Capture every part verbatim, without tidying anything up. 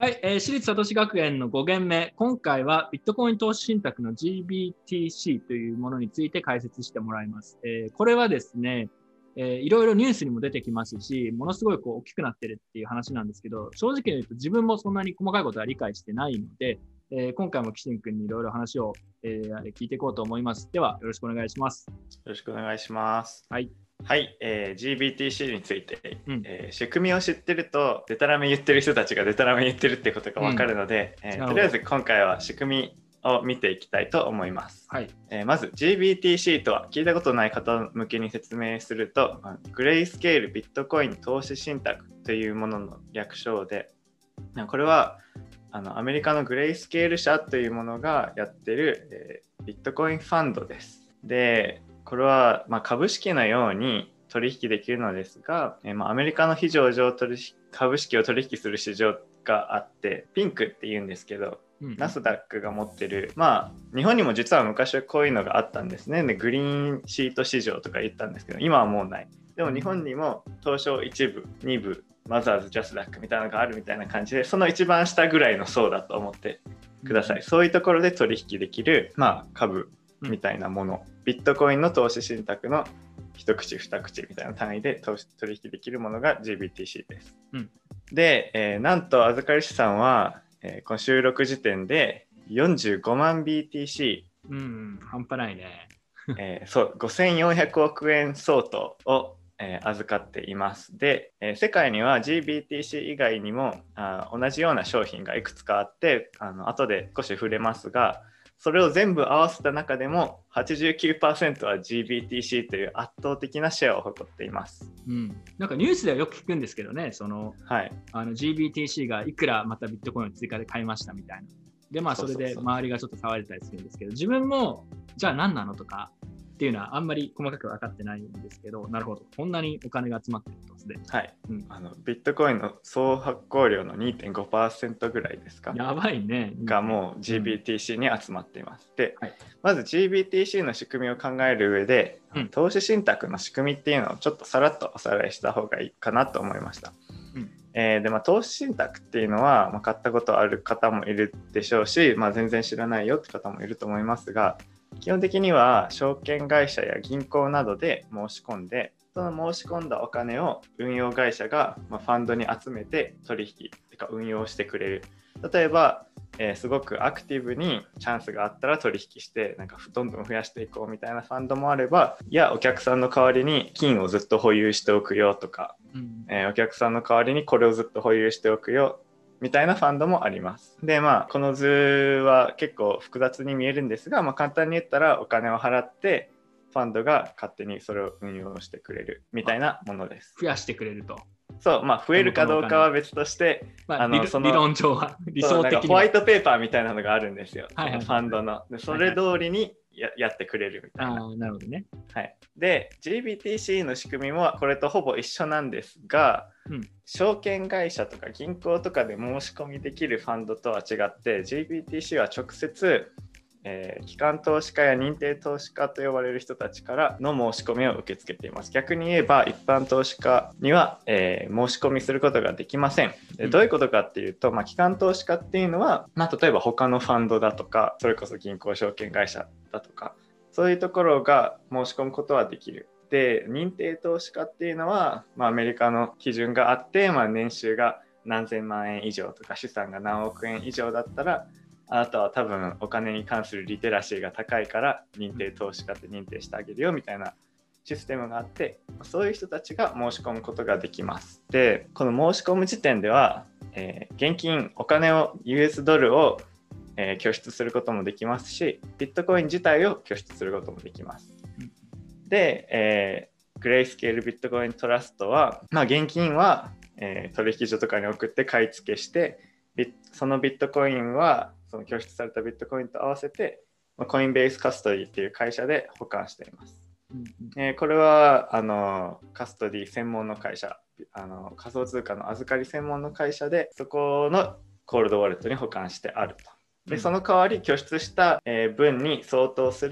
はい、えー、私立サトシ学園のご限目、今回はビットコイン投資信託の ジービーティーシー というものについて解説してもらいます。えー、これはですね、えー、いろいろニュースにも出てきますし、ものすごいこう大きくなってるっていう話なんですけど、正直言うと自分もそんなに細かいことは理解してないので、えー、今回も岸ン君にいろいろ話を、えー、聞いていこうと思います。では、よろしくお願いします。よろしくお願いします。 はい。 はい、えー、ジービーティーシー について、 うんえー、仕組みを知ってるとデタラメ言ってる人たちがデタラメ言ってるってことが分かるので、うんえー、とりあえず今回は仕組みを見ていきたいと思います、 はいえー、まず ジービーティーシー とは聞いたことない方向けに説明すると、グレイスケールビットコイン投資信託というものの略称で、これはあのアメリカのグレイスケール社というものがやってる、えー、ビットコインファンドです。でこれは、まあ、株式のように取引できるのですが、えーまあ、アメリカの非上場取引株式を取引する市場があって、ピンクって言うんですけど、うん、ナスダックが持ってる、まあ日本にも実は昔はこういうのがあったんですね。でグリーンシート市場とか言ったんですけど、今はもうない。でも日本にも東証いち部、に部、マザーズ、ジャスダックみたいなのがあるみたいな感じで、その一番下ぐらいの層だと思ってください。うん、そういうところで取引できる、まあ、株みたいなもの、ビットコインの投資信託の一口二口みたいな単位で投資取引できるものが ジービーティーシー です。うん、で、えー、なんと預かり資産は、えー、この収録時点でよんじゅうごまん ビーティーシー、 うん、半端ないね。 えー、そうごせんよんひゃくおくえん相当を、えー、預かっています。で、えー、世界には ジービーティーシー 以外にもあ同じような商品がいくつかあって、あの後で少し触れますが、それを全部合わせた中でも はちじゅうきゅうパーセント は ジービーティーシー という圧倒的なシェアを誇っています。 うん、なんかニュースではよく聞くんですけどね、その、はい、あの ジービーティーシー がいくらまたビットコインを追加で買いましたみたいな。で、まあそれで周りがちょっと騒いでたりするんですけど、自分もじゃあ何なのとかっていうのはあんまり細かく分かってないんですけど、なるほど、こんなにお金が集まってるとすでに。 はい、うん、あのビットコインの総発行量の にてんごパーセント ぐらいですか。 やばいね。 がもう ジービーティーシー に集まっています。うん、で、はい、まず ジービーティーシー の仕組みを考える上で、うん、投資信託の仕組みっていうのをちょっとさらっとおさらいした方がいいかなと思いました。うんえーでまあ、投資信託っていうのは、まあ、買ったことある方もいるでしょうし、まあ、全然知らないよって方もいると思いますが、基本的には証券会社や銀行などで申し込んで、その申し込んだお金を運用会社がファンドに集めて取引とか運用してくれる。例えば、えー、すごくアクティブにチャンスがあったら取引してなんかどんどん増やしていこうみたいなファンドもあれば、いやお客さんの代わりに金をずっと保有しておくよとか、うんえー、お客さんの代わりにこれをずっと保有しておくよみたいなファンドもあります。でまあこの図は結構複雑に見えるんですが、まあ、簡単に言ったらお金を払ってファンドが勝手にそれを運用してくれるみたいなものです。 増やしてくれると。 そう、まあ増えるかどうかは別として、 まあ、あのその理論上は理想的にはホワイトペーパーみたいなのがあるんですよ。 はいはいはい、 ファンドのでそれ通りに や,、はいはい、やってくれるみたいな。 あ、なるほどね。 はい。で ジービーティーシー の仕組みもこれとほぼ一緒なんですが、うん、証券会社とか銀行とかで申し込みできるファンドとは違って ジービーティーシー は直接えー、機関投資家や認定投資家と呼ばれる人たちからの申し込みを受け付けています。逆に言えば一般投資家には、えー、申し込みすることができません。でどういうことかっていうと、まあ、機関投資家っていうのは、まあ、例えば他のファンドだとか、それこそ銀行証券会社だとか、そういうところが申し込むことはできる。で認定投資家っていうのは、まあ、アメリカの基準があって、まあ、年収が何千万円以上とか資産が何億円以上だったら、あなたは多分お金に関するリテラシーが高いから認定投資家って認定してあげるよみたいなシステムがあって、そういう人たちが申し込むことができます。でこの申し込む時点では、えー、現金お金を ユーエス ドルを、えー、拠出することもできますし、ビットコイン自体を拠出することもできます。で、えー、グレイスケールビットコイントラストは、まあ、現金は、えー、取引所とかに送って買い付けして、そのビットコインはその拠出されたビットコインと合わせてコインベースカストディっていう会社で保管しています。うんうんえー、これはあのカストディ専門の会社、あの仮想通貨の預かり専門の会社で、そこのコールドウォレットに保管してあると。でその代わり拠出した、えー、分に相当する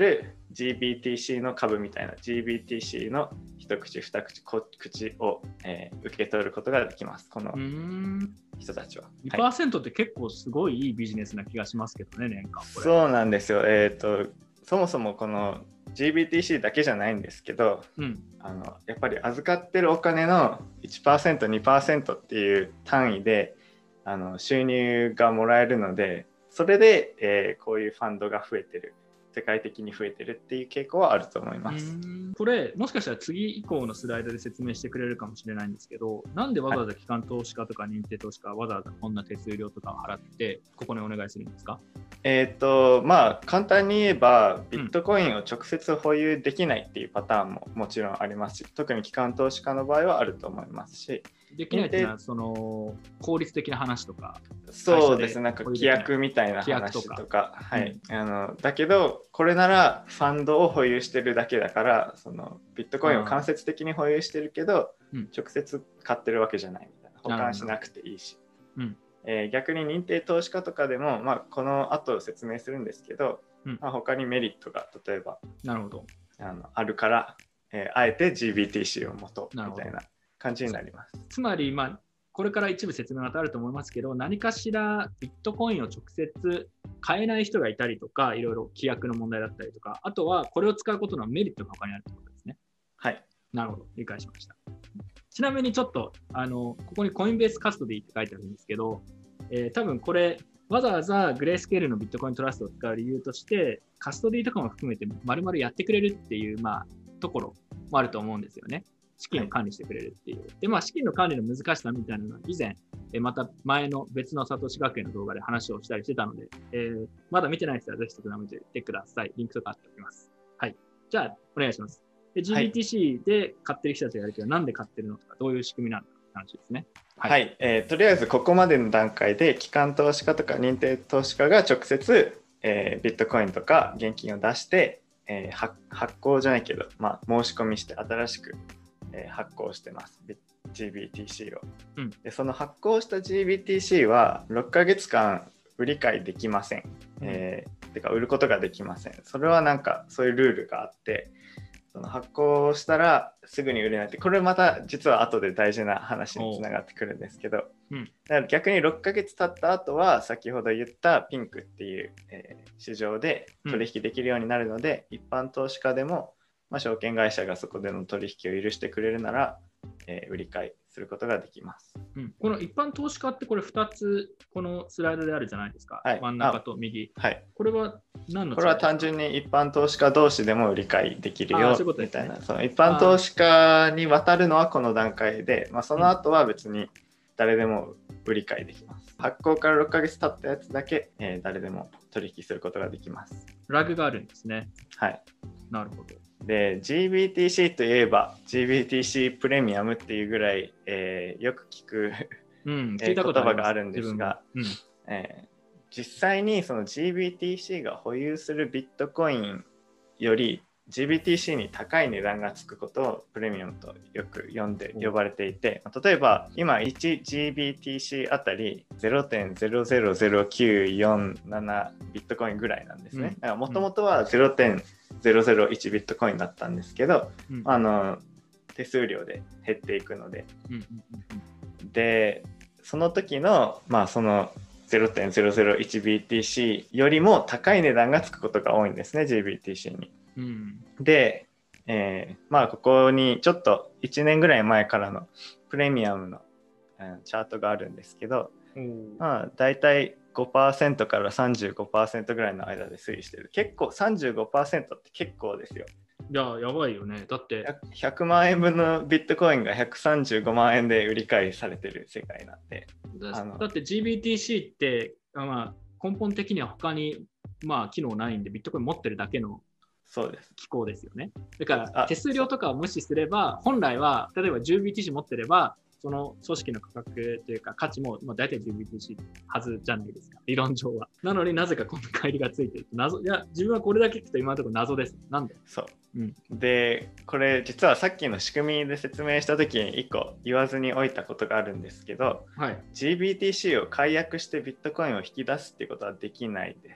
ジービーティーシー の株みたいな ジービーティーシー の一口二口小口を、えー、受け取ることができます。この人たちは。 にパーセント って結構すごいいいビジネスな気がしますけどね、年間これ。 そうなんですよ。えっと、そもそもこの ジービーティーシー だけじゃないんですけど、うん、あのやっぱり預かってるお金の いちパーセント、にパーセント っていう単位であの収入がもらえるので、それで、えー、こういうファンドが増えてる、世界的に増えてるっていう傾向はあると思います。 これもしかしたら次以降のスライドで説明してくれるかもしれないんですけど、なんでわざわざ機関投資家とか認定投資家はわざわざこんな手数料とかを払ってここにお願いするんですか？ えーとまあ、簡単に言えばビットコインを直接保有できないっていうパターンももちろんありますし、特に機関投資家の場合はあると思いますし、 できないっていうのはその効率的な話とか、 そうですね、なんか規約みたいな話とか、はい、うん、あのだけどこれならファンドを保有してるだけだから、そのビットコインを間接的に保有してるけど、うん、直接買ってるわけじゃないみたいな、保管しなくていいし、うん、えー、逆に認定投資家とかでも、まあ、この後説明するんですけど、うん、まあ、他にメリットが例えばなるほどあのあるから、えー、あえて ジービーティーシー を持とうみたいな感じになります。 つまり、まあ、これから一部説明があると思いますけど、何かしらビットコインを直接買えない人がいたりとか、いろいろ規約の問題だったりとか、あとはこれを使うことのメリットが他にあるということですね。 はい。 なるほど、理解しました。ちなみにちょっとあのここにコインベースカストディって書いてあるんですけど、えー、多分これわざわざグレースケールのビットコイントラストを使う理由としてカストディとかも含めて丸々やってくれるっていう、まあ、ところもあると思うんですよね。資金を管理してくれるっていう。はい、で、まあ、資金の管理の難しさみたいなのは以前、えまた前の別のサトシ学園の動画で話をしたりしてたので、えー、まだ見てない人はぜひそこら見ててください。リンクとか貼っておきます。はい。じゃあ、お願いします。で ジービーティーシー で買ってる人たちがやるけど、はい、なんで買ってるのとか、どういう仕組みなのかって話ですね。 はい、はい、えー、とりあえずここまでの段階で機関投資家とか認定投資家が直接、えー、ビットコインとか現金を出して、えー、発行じゃないけど、まあ、申し込みして新しく、えー、発行してます ジービーティーシー を、うん、でその発行した ジービーティーシー はろっかげつかん売り買いできません、うん、えー、てか売ることができません。それはなんかそういうルールがあって、その発行したらすぐに売れないって、これまた実は後で大事な話につながってくるんですけど、うん、だから逆にろっかげつ経った後は先ほど言ったピンクっていう、えー、市場で取引できるようになるので、うん、一般投資家でも、まあ、証券会社がそこでの取引を許してくれるなら、えー、売り買いすることができます、 うん、この一般投資家ってこれふたつこのスライドであるじゃないですか、はい、真ん中と右、 はい、 これは何の違いですか？ これは単純に一般投資家同士でも売り買いできるよみたいな、その一般投資家に渡るのはこの段階で、まあ、その後は別に誰でも売り買いできます、うん、発行からろっかげつ経ったやつだけ、えー、誰でも取引することができます。 ラグがあるんですね。 はい、 なるほど。 で ジービーティーシー といえば ジービーティーシー プレミアムっていうぐらい、えー、よく聞く、うん、聞いたこと言葉があるんですが、うん、えー、実際にその ジービーティーシー が保有するビットコインより ジービーティーシー に高い値段がつくことをプレミアムとよく呼んで呼ばれていて、例えば今いちジービーティーシー あたり ゼロてんゼロゼロゼロきゅうよんなな ビットコインぐらいなんですね。もともとは ゼロてんゼロゼロいち ビットコインだったんですけど、うん、あの手数料で減っていくので、うんうんうん、でその時のまあその ゼロてんゼロゼロいちビーティーシー よりも高い値段がつくことが多いんですね ジービーティーシー に、うん、で、えー、まあここにちょっといちねんぐらい前からのプレミアムの、うん、チャートがあるんですけど、うん、まあだいたい ごパーセント から さんじゅうごパーセント ぐらいの間で推移してる。結構 さんじゅうごパーセント って結構ですよ。 いや、やばいよね。だってひゃくまんえんぶんのビットコインがひゃくさんじゅうごまんえんで売り買いされてる世界なんで。 だ, あのだって ジービーティーシー って、まあ、根本的には他に、まあ、機能ないんでビットコイン持ってるだけの機構ですよね。だから手数料とかを無視すれば本来は例えば ジービーティーシー 持ってればその組織の価格というか価値も、まあ、大体 ジービーティーシー はずじゃないですか、理論上は。なのになぜかこんな乖離がついてる謎。いや、自分はこれだけ聞くと今のところ謎です。なんで？ そう、うん、でこれ実はさっきの仕組みで説明した時にいっこ言わずにおいたことがあるんですけど、はい、ジービーティーシー を解約してビットコインを引き出すっていうことはできないです。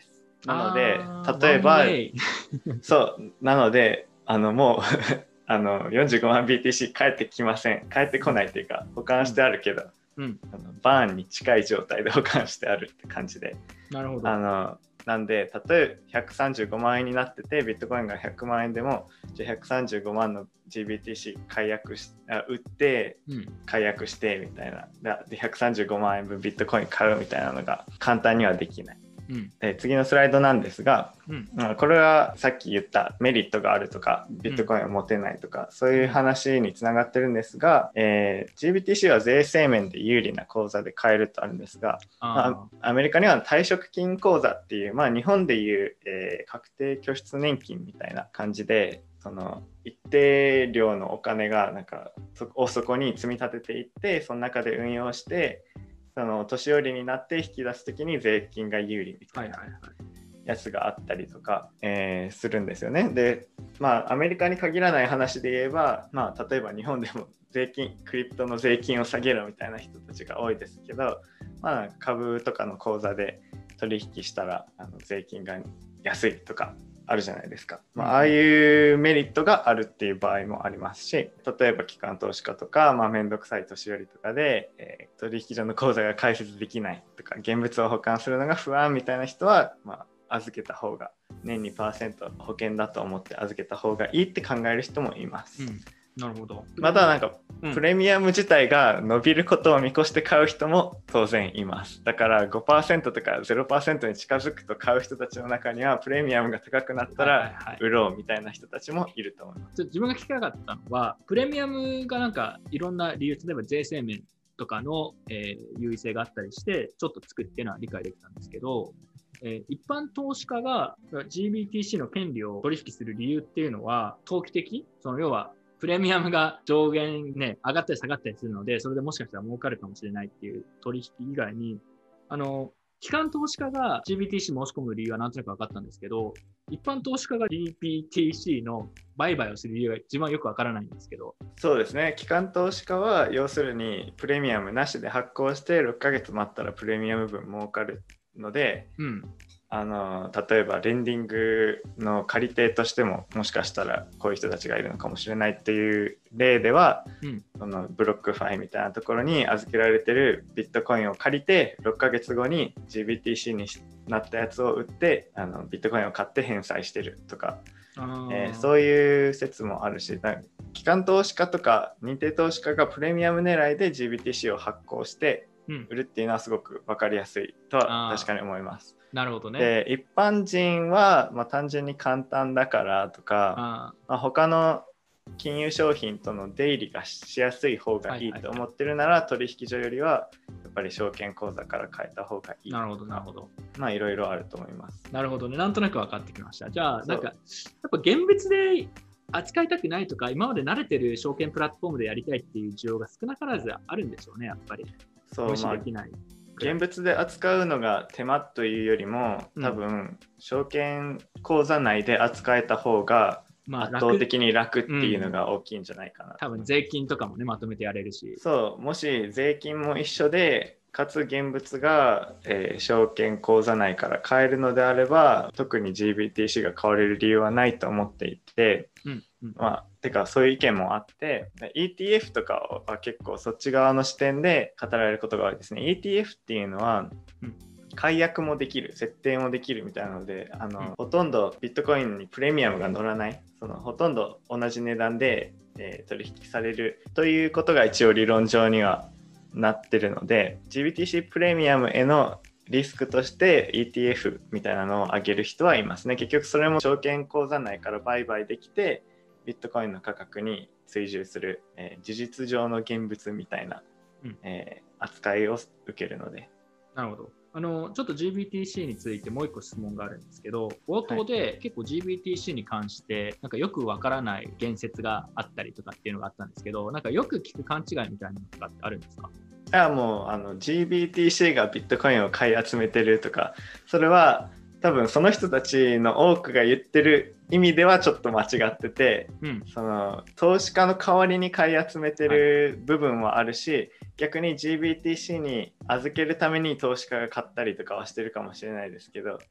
なので例えばそうなのであのもうあのよんじゅうごまん ビーティーシー 返ってきません帰ってこないっていうか保管してあるけど、うん、あのバーンに近い状態で保管してあるって感じで、 なるほど。 あのなんで例えばひゃくさんじゅうごまんえんになっててビットコインがひゃくまんえんでもじゃあひゃくさんじゅうごまんの ジービーティーシー 解約しあ売って解約してみたいな、うん、でひゃくさんじゅうごまんえんぶんビットコイン買うみたいなのが簡単にはできない。うん、で次のスライドなんですが、うん、これはさっき言ったメリットがあるとかビットコインを持てないとか、うん、そういう話につながってるんですが、えー、ジービーティーシー は税制面で有利な口座で買えるとあるんですが、あまあ、アメリカには退職金口座っていう、まあ、日本でいう、えー、確定拠出年金みたいな感じでその一定量のお金がなんかそをそこに積み立てていってその中で運用してその年寄りになって引き出すときに税金が有利みたいなやつがあったりとか、えー、するんですよね。で、まあアメリカに限らない話で言えば、まあ例えば日本でも税金、クリプトの税金を下げろみたいな人たちが多いですけど、まあ株とかの口座で取引したらあの税金が安いとかあるじゃないですか。まあ、ああいうメリットがあるっていう場合もありますし、例えば機関投資家とか、まあ、めんどくさい年寄りとかで、えー、取引所の口座が開設できないとか現物を保管するのが不安みたいな人は、まあ、預けた方が年 にパーセント 保険だと思って預けた方がいいって考える人もいます。うん、 なるほど。 またなんかプレミアム自体が伸びることを見越して買う人も当然います。だから ごパーセント とか ゼロパーセント に近づくと買う人たちの中にはプレミアムが高くなったら売ろうみたいな人たちもいると思います。 自分が聞きたかったのはプレミアムがなんかいろんな理由、例えば税制面とかの、えー、優位性があったりしてちょっと作っていうのは理解できたんですけど、えー、一般投資家が ジービーティーシー の権利を取引する理由っていうのは投機的、その要はプレミアムが上限ね、上がったり下がったりするので、それでもしかしたら儲かるかもしれないっていう取引以外に、あの、機関投資家が ジービーティーシー 申し込む理由はなんとなく分かったんですけど、一般投資家が ジービーティーシー の売買をする理由が自分はよく分からないんですけど。 そうですね。機関投資家は要するにプレミアムなしで発行してろっかげつ待ったらプレミアム分儲かるので、うん、あの例えばレンディングの借り手としてももしかしたらこういう人たちがいるのかもしれないっていう例では、うん、そのブロックファイみたいなところに預けられてるビットコインを借りてろっかげつごに ジービーティーシー になったやつを売ってあのビットコインを買って返済してるとか、えー、そういう説もあるし、機関投資家とか認定投資家がプレミアム狙いで ジービーティーシー を発行して売るっていうのはすごく分かりやすいとは確かに思います。 なるほどね。 で一般人は、まあ、単純に簡単だからとか、あまあ、他の金融商品との出入りがしやすい方がいいと思ってるなら、はいはいはい、取引所よりはやっぱり証券口座から変えた方がいい。 なるほどなるほど。 まあいろいろあると思います。 なるほどね。なんとなく分かってきました。じゃあなんかやっぱ現物で扱いたくないとか今まで慣れてる証券プラットフォームでやりたいっていう需要が少なからずあるんでしょうね、やっぱり。 そう、まあ現物で扱うのが手間というよりも多分、うん、証券口座内で扱えた方が圧倒的に楽っていうのが大きいんじゃないかな、 まあうん、多分税金とかもねまとめてやれるし、 そうもし税金も一緒でかつ現物が、えー、証券口座内から買えるのであれば特に ジービーティーシー が買われる理由はないと思っていて、うんうん、まあてかそういう意見もあって イーティーエフ とかは結構そっち側の視点で語られることが多いですね。 イーティーエフ っていうのは、うん解約もできる設定もできるみたいなのであの、うん、ほとんどビットコインにプレミアムが乗らないそのほとんど同じ値段で、えー、取引されるということが一応理論上にはなってるので ジービーティーシー プレミアムへのリスクとして イーティーエフ みたいなのを上げる人はいますね。結局それも証券口座内から売買できてビットコインの価格に追従する、えー、事実上の現物みたいな、うんえー、扱いを受けるので。 なるほど。あのちょっと ジービーティーシー についてもう一個質問があるんですけど、冒頭で結構 ジービーティーシー に関してなんかよくわからない言説があったりとかっていうのがあったんですけど、なんかよく聞く勘違いみたいなのとかってあるんですか？ いやもうあの ジービーティーシー がビットコインを買い集めてるとか、それは多分その人たちの多くが言ってる意味ではちょっと間違ってて、うん、その投資家の代わりに買い集めてる部分はあるし、はい、逆に ジービーティーシー に預けるために投資家が買ったりとかはしてるかもしれないですけど、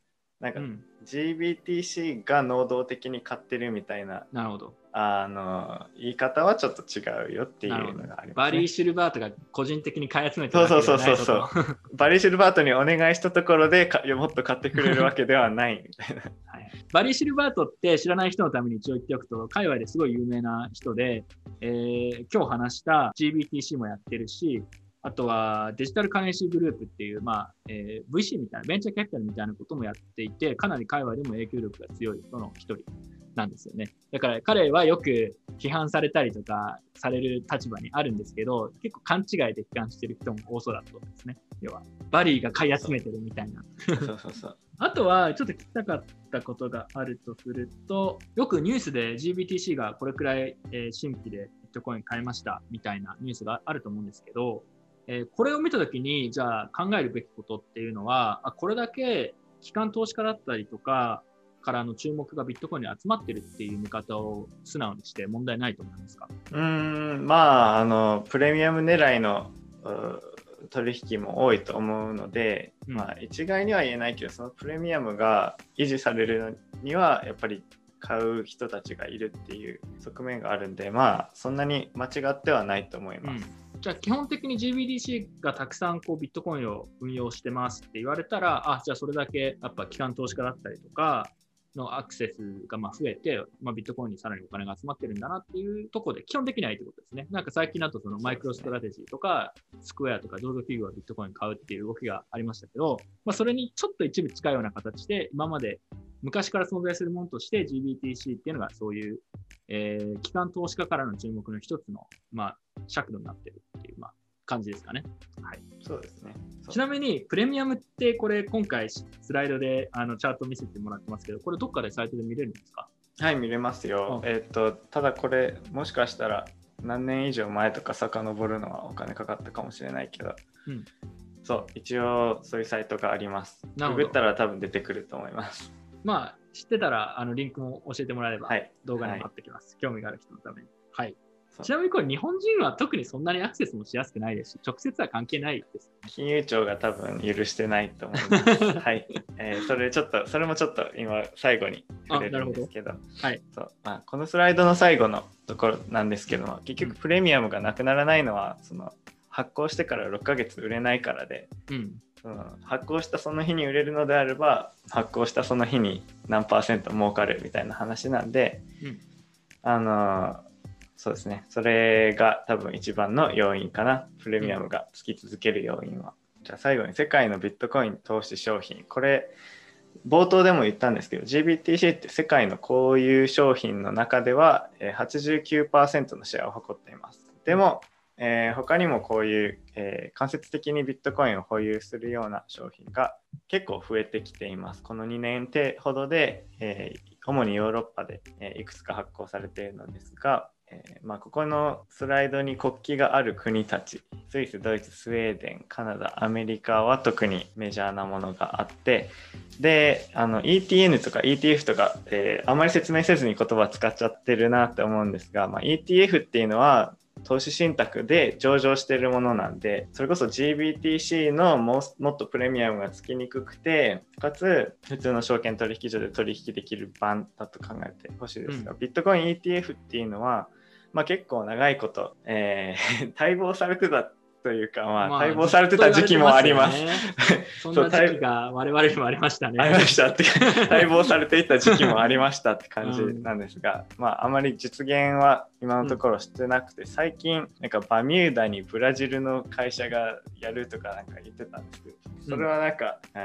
なんか ジービーティーシー が能動的に買ってるみたいな、 なるほど。 あの言い方はちょっと違うよっていうのがありますね。 バリー・シルバートが個人的に買い集めてるわけではないと。 そうそうそうそうバリー・シルバートにお願いしたところでかもっと買ってくれるわけではないみたいな、 はい、バリー・シルバートって知らない人のために一応言っておくと、界隈ですごい有名な人で、えー、今日話した ジービーティーシー もやってるし、あとはデジタルカレンシーグループっていう、まあえー、ブイシー みたいなベンチャーキャピタルみたいなこともやっていて、かなり界隈でも影響力が強い人の一人なんですよね。だから彼はよく批判されたりとかされる立場にあるんですけど、結構勘違いで批判してる人も多そうだと思うんですね。要はバリーが買い集めてるみたいな。 そうそうそうあとはちょっと聞きたかったことがあるとすると、よくニュースで ジービーティーシー がこれくらい、えー、新規でビットコイン買いましたみたいなニュースがあると思うんですけど、えー、これを見たときにじゃあ考えるべきことっていうのは、あこれだけ機関投資家だったりとかからの注目がビットコインに集まってるっていう見方を素直にして問題ないと思いますか？ うーんまああのプレミアム狙いの取引も多いと思うので、うん、まあ一概には言えないけど、そのプレミアムが維持されるにはやっぱり買う人たちがいるっていう側面があるんで、まあそんなに間違ってはないと思います。 うん、じゃあ基本的に ジービーティーシー がたくさんこうビットコインを運用してますって言われたら、あじゃあそれだけやっぱ機関投資家だったりとかのアクセスがまあ増えて、まあ、ビットコインにさらにお金が集まってるんだなっていうところで基本的にはいいってことですね。なんか最近だとそのマイクロストラテジーとかスクエアとか上場企業がビットコイン買うっていう動きがありましたけど、まあ、それにちょっと一部近いような形で今まで昔から存在するものとして ジービーティーシー っていうのがそういう、えー、機関投資家からの注目の一つの、まあ、尺度になってるっていう、まあ、感じですかね。はい、 そうですね。 ちなみにプレミアムってこれ今回スライドであのチャート見せてもらってますけど、これどっかでサイトで見れるんですか？ はい見れますよ。えっとただこれもしかしたら何年以上前とか遡るのはお金かかったかもしれないけど、うん、そう一応そういうサイトがあります。ググったら多分出てくると思います。 まあ知ってたらあのリンクも教えてもらえれば、はい、動画にも貼ってきます、はい、興味がある人のために。はい。ちなみにこれ日本人は特にそんなにアクセスもしやすくないですし、直接は関係ないです、ね。 金融庁が多分許してないと思います。はい、えー。それちょっとそれもちょっと今最後に触れるんですけど、どはい。そうまあこのスライドの最後のところなんですけども、結局プレミアムがなくならないのはその発行してからろっかげつ売れないからで。うんうん、発行したその日に売れるのであれば発行したその日に何パーセント儲かるみたいな話なんで、うん、あのそうですねそれが多分一番の要因かな、プレミアムがつき続ける要因は。じゃあ最後に世界のビットコイン投資商品、これ冒頭でも言ったんですけど ジービーティーシー って世界のこういう商品の中では はちじゅうきゅうパーセント のシェアを誇っています。でもえー、他にもこういう、えー、間接的にビットコインを保有するような商品が結構増えてきています。このにねんほどで、えー、主にヨーロッパで、えー、いくつか発行されているのですが、えーまあ、ここのスライドに国旗がある国たち、スイス、ドイツ、スウェーデン、カナダ、アメリカは特にメジャーなものがあって、であの イーティーエヌ とか イーティーエフ とか、えー、あまり説明せずに言葉使っちゃってるなって思うんですが、まあ、イーティーエフ っていうのは投資信託で上場しているものなんで、それこそ ジービーティーシー のももっとプレミアムがつきにくくて、かつ普通の証券取引所で取引できる版だと考えてほしいですが、うん、ビットコイン イーティーエフ っていうのは、まあ、結構長いこと、えー、待望されてたというか、まあ、待望されてた時期もあります。 そんな時期が我々にもありましたね。 ありましたって待望されていた時期もありましたって感じなんですが、うん、まああまり実現は今のところしてなくて、うん、最近なんかバミューダにブラジルの会社がやるとかなんか言ってたんですけど、それはなんか、うん、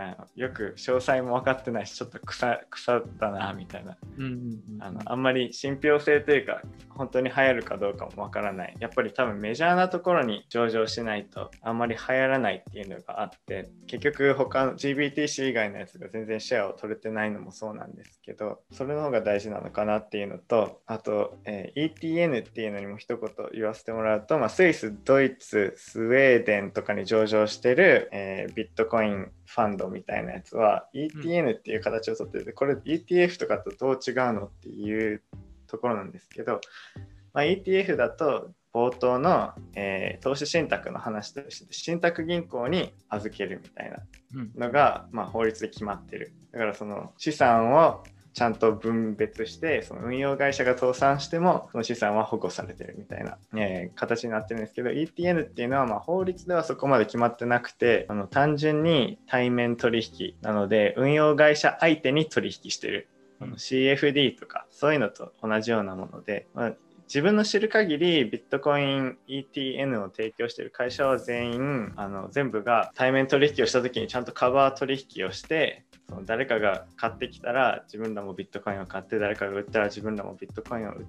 よく詳細も分かってないしちょっと草草だなみたいな、うんうんうん、あのあんまり信憑性というか本当に流行るかどうかも分からない。やっぱり多分メジャーなところに上場しないとあんまり流行らないっていうのがあって、結局他の ジービーティーシー 以外のやつが全然シェアを取れてないのもそうなんですけど、それの方が大事なのかなっていうのと、あと、えー、イーティーエヌ っていうのにも一言言わせてもらうと、まあ、スイス、ドイツ、スウェーデンとかに上場してる、えー、ビットコインファンドみたいなやつは イーティーエヌ っていう形をとってて、これ イーティーエフ とかとどう違うのっていうところなんですけど、まあ、イーティーエフ だと冒頭の、えー、投資信託の話として信託銀行に預けるみたいなのが、まあ、法律で決まってる。だからその資産をちゃんと分別して、その運用会社が倒産してもその資産は保護されてるみたいな、えー、形になってるんですけど、 イーティーエヌ っていうのはまあ法律ではそこまで決まってなくて、あの単純に対面取引なので運用会社相手に取引してる、うん、シーエフディー とかそういうのと同じようなもので、まあ、自分の知る限りビットコイン イーティーエヌ を提供している会社は全員あの全部が対面取引をした時にちゃんとカバー取引をして、その誰かが買ってきたら自分らもビットコインを買って、誰かが売ったら自分らもビットコインを売って、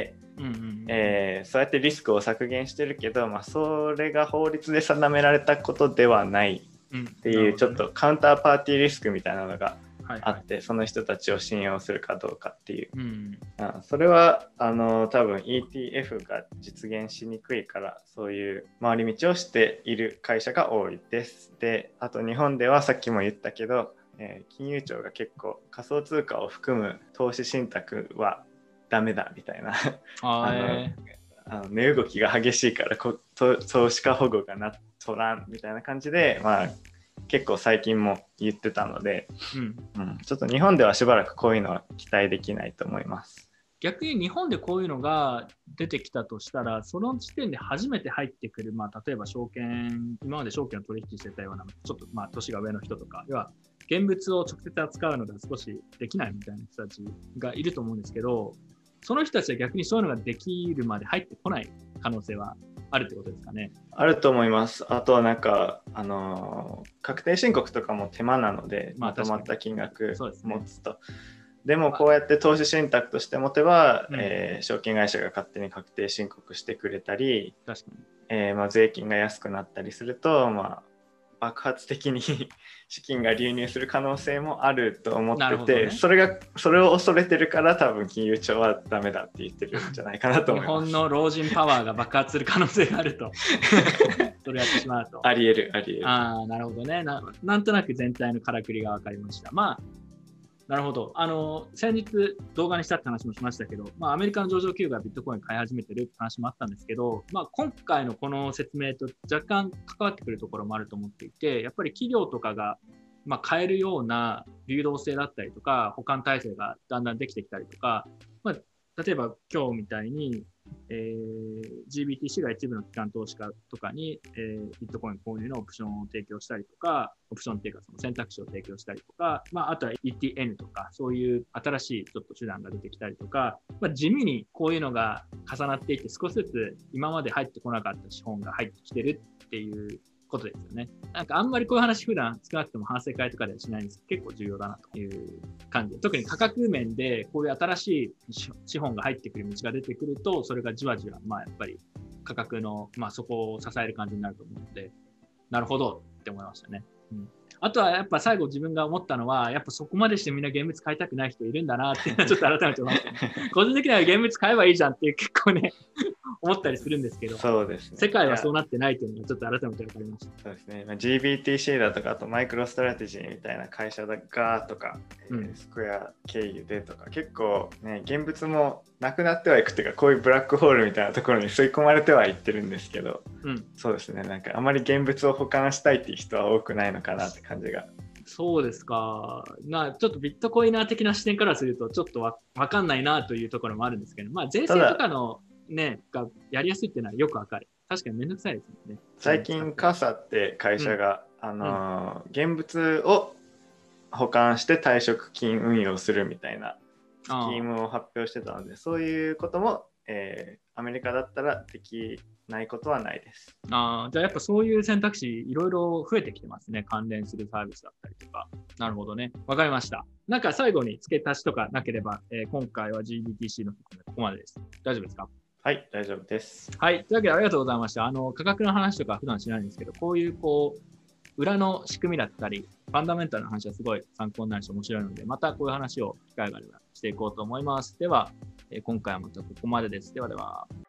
うんうんうんえー、そうやってリスクを削減してるけど、まあ、それが法律で定められたことではないっていう、うん、ちょっとカウンターパーティーリスクみたいなのがあって、はいはい、その人たちを信用するかどうかっていう、うん、あそれはあの多分 イーティーエフ が実現しにくいから、そういう回り道をしている会社が多いです。で、あと日本ではさっきも言ったけど、えー、金融庁が結構仮想通貨を含む投資信託はダメだみたいなあのあの値動きが激しいからこ投資家保護がなっとらんみたいな感じで、まあ結構最近も言ってたので、うんうん、ちょっと日本ではしばらくこういうのは期待できないと思います。 逆に日本でこういうのが出てきたとしたら、その時点で初めて入ってくる、まあ、例えば証券、今まで証券を取引してたような、ちょっとまあ年が上の人とか、要は現物を直接扱うのが少しできないみたいな人たちがいると思うんですけど、その人たちは逆にそういうのができるまで入ってこない可能性はあるってことですかね。 あると思います。あとはなんか、あのー、確定申告とかも手間なので、まとまった金額持つと。でもこうやって投資信託として持てば、うんえー、証券会社が勝手に確定申告してくれたり、 確かにえーまあ、税金が安くなったりすると、まあ、爆発的に資金が流入する可能性もあると思ってて、ね、それがそれを恐れてるから多分金融庁はダメだって言ってるんじゃないかなと思います。 日本の老人パワーが爆発する可能性があるとそれやってしまうとありえるありえる。 ああなるほどね な, なんとなく全体のからくりが分かりました。まあなるほど。あの、先日動画にしたって話もしましたけど、まあ、アメリカの上場企業がビットコイン買い始めてるって話もあったんですけど、まあ、今回のこの説明と若干関わってくるところもあると思っていて、やっぱり企業とかが、まあ、買えるような流動性だったりとか、保管体制がだんだんできてきたりとか、まあ、例えば今日みたいに、えー、ジービーティーシー が一部の機関投資家とかに、えー、ビットコイン購入のオプションを提供したりとか、オプションっていうかその選択肢を提供したりとか、まあ、あとは イーティーエヌ とか、そういう新しいちょっと手段が出てきたりとか、まあ、地味にこういうのが重なっていって、少しずつ今まで入ってこなかった資本が入ってきてるっていうことですよね。なんかあんまりこういう話普段少なくとも反省会とかではしないんですけど、結構重要だなという感じで、特に価格面でこういう新しい資本が入ってくる道が出てくると、それがじわじわ、まあやっぱり価格の、まあそこを支える感じになると思うので、なるほどって思いましたね。うん、あとはやっぱ最後自分が思ったのは、やっぱそこまでしてみんな現物買いたくない人いるんだなっていうのはちょっと改めて思いましたね。個人的には現物買えばいいじゃんっていう結構ね、思ったりするんですけど、 そうですね、 世界はそうなってないというのがちょっと改めて分かりました。 そうですね、まあ、ジービーティーシー だとか、あとマイクロストラテジーみたいな会社だがとか、うんえー、スクエア経由でとか、結構ね、現物もなくなってはいくっていうか、こういうブラックホールみたいなところに吸い込まれてはいってるんですけど、うん、そうですね、なんかあまり現物を保管したいっていう人は多くないのかなって感じが。 そうですか。なちょっとビットコイナー的な視点からするとちょっとわ分かんないなというところもあるんですけど、まあ税制とかのねがやりやすいっていうのはよくわかる。確かにめんどくさいですもんね。 最近カサって会社が、うん、あのーうん、現物を保管して退職金運用するみたいなスキームを発表してたので、そういうことも、えー、アメリカだったらできないことはないです。 あじゃあやっぱそういう選択肢いろいろ増えてきてますね。関連するサービスだったりとか。なるほどね。わかりました。なんか最後に付け足しとかなければ、えー、今回は ジービーティーシー のここまでです。大丈夫ですか？ はい、大丈夫です。 はい、というわけでありがとうございました。あの価格の話とか普段しないんですけど、こういうこう裏の仕組みだったり、ファンダメンタルの話はすごい参考になるし面白いので、またこういう話を機会があればしていこうと思います。では、えー、今回はまたここまでです。ではでは。